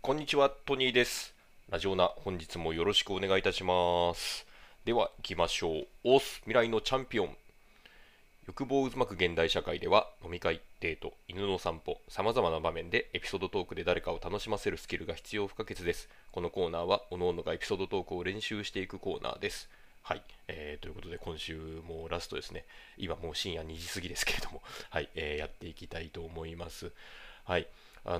こんにちは、トニーです。ラジオナ、本日もよろしくお願いいたします。では、行きましょう。オース、未来のチャンピオン。欲望渦巻く現代社会では、飲み会、デート、犬の散歩、様々な場面でエピソードトークで誰かを楽しませるスキルが必要不可欠です。このコーナーは、各々がエピソードトークを練習していくコーナーです。はい、ということで今週もラストですね。今もう深夜2時過ぎですけれども、はい、やっていきたいと思います。はい、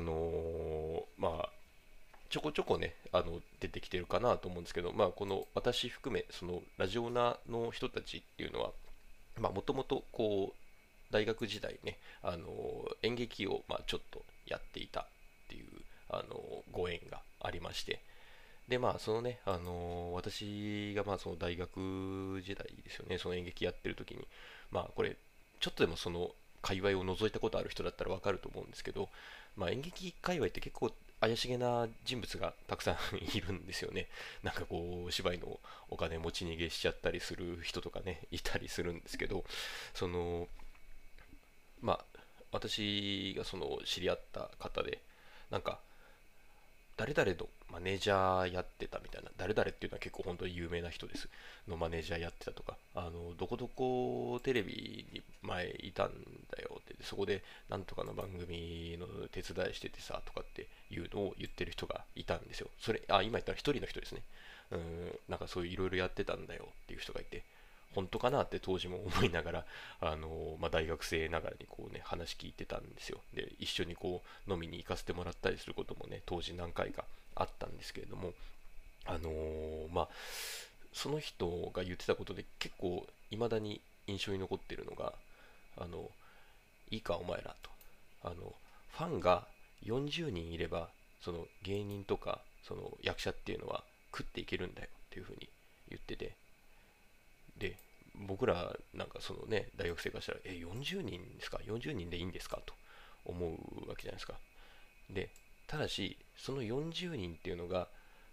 ちょこちょこね、出てきてるかなと思うんですけど、この私含め、そのラジオナの人たちっていうのは、もともとこう、大学時代ね、演劇をちょっとやっていたっていう、ご縁がありまして、で、そのね、私がその大学時代ですよね、その演劇やってる時に、これ、ちょっとでもその界隈を覗いたことある人だったらわかると思うんですけど、演劇界隈って結構怪しげな人物がたくさんいるんですよね。なんかこう、芝居のお金持ち逃げしちゃったりする人とかね、いたりするんですけど、その、まあ、私がその知り合った方で、なんか、誰々のマネージャーやってたみたいな、誰々っていうのは結構本当に有名な人ですのマネージャーやってたとか、どこどこテレビに前いたんだよって、そこでなんとかの番組の手伝いしててさとかっていうのを言ってる人がいたんですよ。今言ったら一人の人ですね。なんかそういういろいろやってたんだよっていう人がいて、本当かなって当時も思いながら、大学生ながらにこうね、話聞いてたんですよ。で、一緒にこう、飲みに行かせてもらったりすることもね、当時何回かあったんですけれども、あのーまあ、その人が言ってたことで結構未だに印象に残ってるのが、あの、いいかお前らと。ファンが40人いれば、その芸人とか、その役者っていうのは食っていけるんだよっていうふうに言ってて、で、僕らなんかそのね、大学生からしたら、40人ですか？ 40 人でいいんですかと思うわけじゃないですか。で、ただし、その40人っていうのが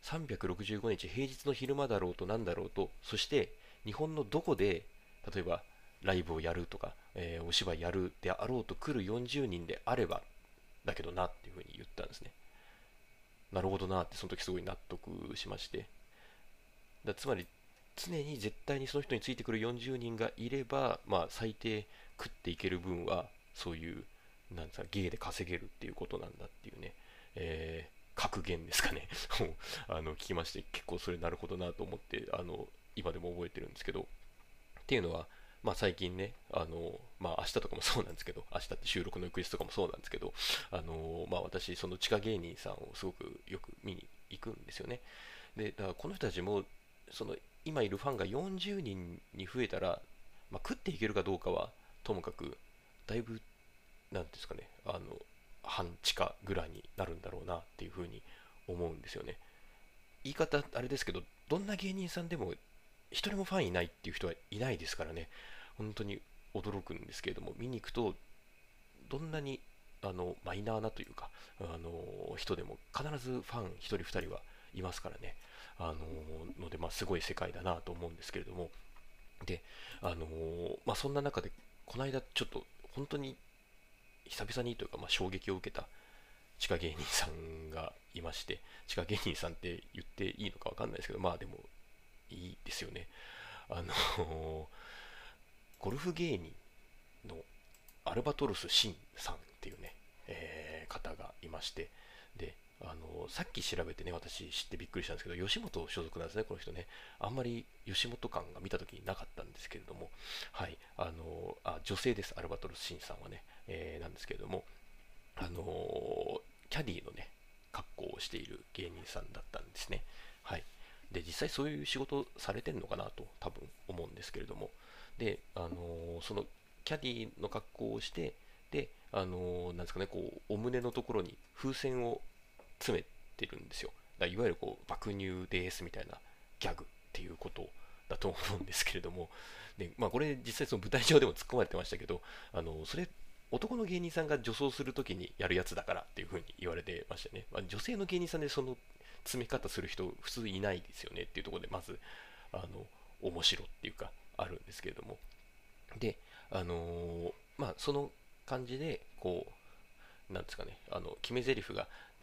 365日平日の昼間だろうとなんだろうと、そして日本のどこで、例えばライブをやるとか、お芝居やるであろうと来る40人であれば、だけどなっていうふうに言ったんですね。なるほどなってその時すごい納得しまして。つまり常に絶対にその人についてくる40人がいれば、最低食っていける分はそういうなんですか芸で稼げるっていうことなんだっていうね、格言ですかね聞きまして結構それなるほどなと思って今でも覚えてるんですけど、っていうのは、最近ね、明日とかもそうなんですけど、明日って収録の翌日とかもそうなんですけど、私、その地下芸人さんをすごくよく見に行くんですよね。で、だからこの人たちも、その今いるファンが40人に増えたら、食っていけるかどうかはともかく、だいぶ、なんですかね、半地下ぐらいになるんだろうなっていうふうに思うんですよね。言い方あれですけど、どんな芸人さんでも一人もファンいないっていう人はいないですからね、本当に驚くんですけれども、見に行くと、どんなにマイナーなというか、人でも必ずファン1人2人はいますからね、ので、すごい世界だなと思うんですけれども、で、そんな中で、この間、ちょっと本当に久々にというか、衝撃を受けた地下芸人さんがいまして、地下芸人さんって言っていいのかわかんないですけど、でもいいですよね。あのゴルフ芸人のアルバトロスシンさんっていうね、方がいまして、で、さっき調べてね、私知ってびっくりしたんですけど、吉本所属なんですね、この人ね。あんまり吉本感が見た時になかったんですけれども、はい、女性です、アルバトロスシンさんはね、なんですけれども、あのキャディのね、格好をしている芸人さんだったんですね。はい。で、実際そういう仕事されてんのかなと多分思うんですけれども、で、そのキャディの格好をして、で、なんですかね、こう、お胸のところに風船を詰めてるんですよ。いわゆるこう、爆乳ですみたいなギャグっていうことだと思うんですけれども、で、これ実際その舞台上でも突っ込まれてましたけど、それ男の芸人さんが女装するときにやるやつだからっていう風に言われてましたね。女性の芸人さんでその詰め方する人普通いないですよねっていうところでまずあの面白っていうかあるんですけれども、でその感じでこうなんですかね決め台詞が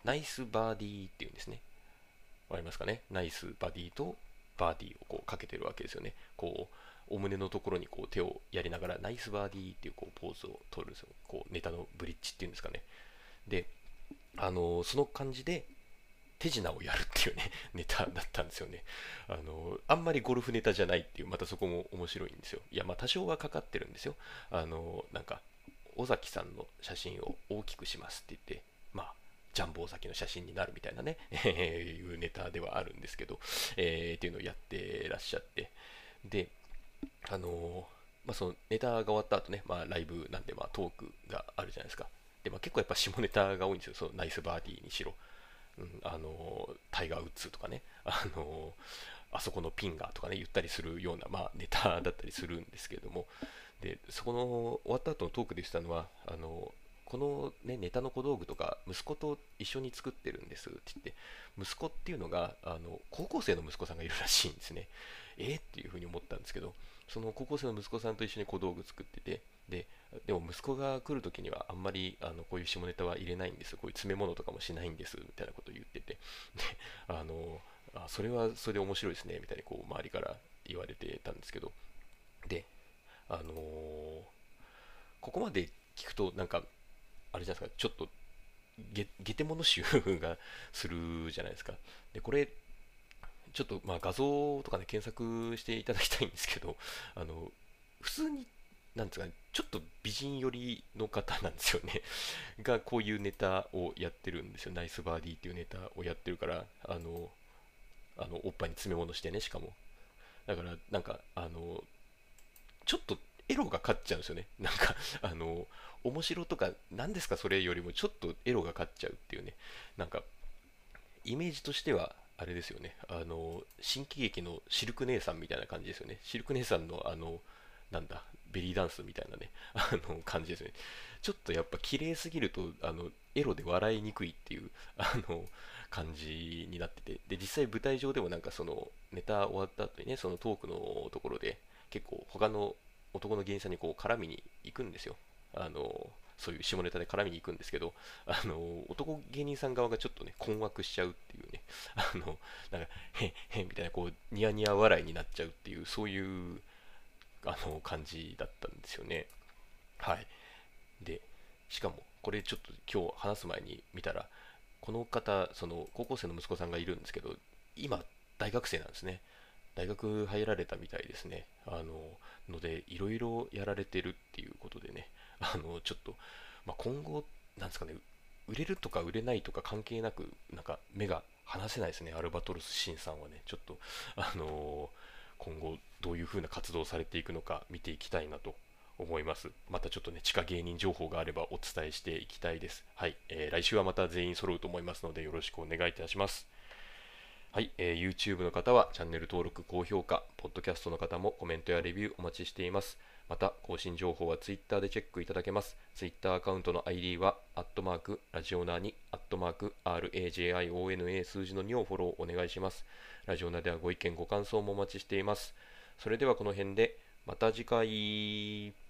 ナイスバーディーっていうんですね。わかりますかね。ナイスバディとバーディーをこうかけてるわけですよね。こう、お胸のところにこう手をやりながら、ナイスバーディーっていうこうポーズを取るんですよ。こう、ネタのブリッジっていうんですかね。で、その感じで手品をやるっていうね、ネタだったんですよね。あんまりゴルフネタじゃないっていう、またそこも面白いんですよ。いや、まあ多少はかかってるんですよ。なんか、尾崎さんの写真を大きくしますって言って、まあ、ジャンボ尾崎の写真になるみたいなね、いうネタではあるんですけど、っていうのをやってらっしゃって、で、あのーまあ、そのネタが終わった後ね、まあ、ライブなんで、まあ、トークがあるじゃないですか。で、まあ、結構やっぱ下ネタが多いんですよ。そのナイスバーディーにしろ、タイガー・ウッズとかね、あそこのピンがとかね、言ったりするような、まあ、ネタだったりするんですけれども、で、そこの終わった後のトークでしたのは、この、ね、ネタの小道具とか息子と一緒に作ってるんですって言って、息子っていうのが高校生の息子さんがいるらしいんですね。っていうふうに思ったんですけど、その高校生の息子さんと一緒に小道具作ってて、でも息子が来るときにはあんまりこういう下ネタは入れないんです、こういう詰め物とかもしないんですみたいなことを言ってて、であのそれはそれで面白いですねみたいにこう周りから言われてたんですけど、で、あのーここまで聞くとなんかあれじゃないですか、ちょっとゲテモノ集がするじゃないですか。で、これちょっとまあ画像とかね検索していただきたいんですけど、あの普通になんですかね、ちょっと美人寄りの方なんですよね。がこういうネタをやってるんですよ。ナイスバーディーっていうネタをやってるから、おっぱいに詰め物してね、しかも。だから、なんか、ちょっとエロが勝っちゃうんですよね。なんか、面白とか、何ですかそれよりもちょっとエロが勝っちゃうっていうね。なんか、イメージとしては、あれですよね。新喜劇のシルク姉さんみたいな感じですよね。シルク姉さんのなんだ、ベリーダンスみたいなね、感じですね。ちょっとやっぱ綺麗すぎると、エロで笑いにくいっていう、感じになってて、で、実際舞台上でもなんかその、ネタ終わった後にね、そのトークのところで、結構他の男の芸人さんにこう絡みに行くんですよ。そういう下ネタで絡みに行くんですけど、男芸人さん側がちょっとね、困惑しちゃうっていうね、なんか、へみたいな、こう、ニヤニヤ笑いになっちゃうっていう、そういう感じだったんですよね。はい。で、しかも、これちょっと今日話す前に見たら、この方、その高校生の息子さんがいるんですけど、今、大学生なんですね。大学入られたみたいですね。ので、いろいろやられてるっていうことでね、ちょっと、まあ、今後、なんですかね、売れるとか売れないとか関係なく、なんか目が離せないですね、アルバトロスシンさんはね、ちょっと、今後、どういう風な活動をされていくのか見ていきたいなと思います。またちょっとね、地下芸人情報があればお伝えしていきたいです。はい、来週はまた全員揃うと思いますので、よろしくお願いいたします。はい、YouTube の方はチャンネル登録、高評価、Podcast の方もコメントやレビューお待ちしています。また、更新情報は Twitter でチェックいただけます。Twitter アカウントの ID は、ラジオナに、RAJIONA 数字の2をフォローお願いします。ラジオナではご意見、ご感想もお待ちしています。それではこの辺で、また次回。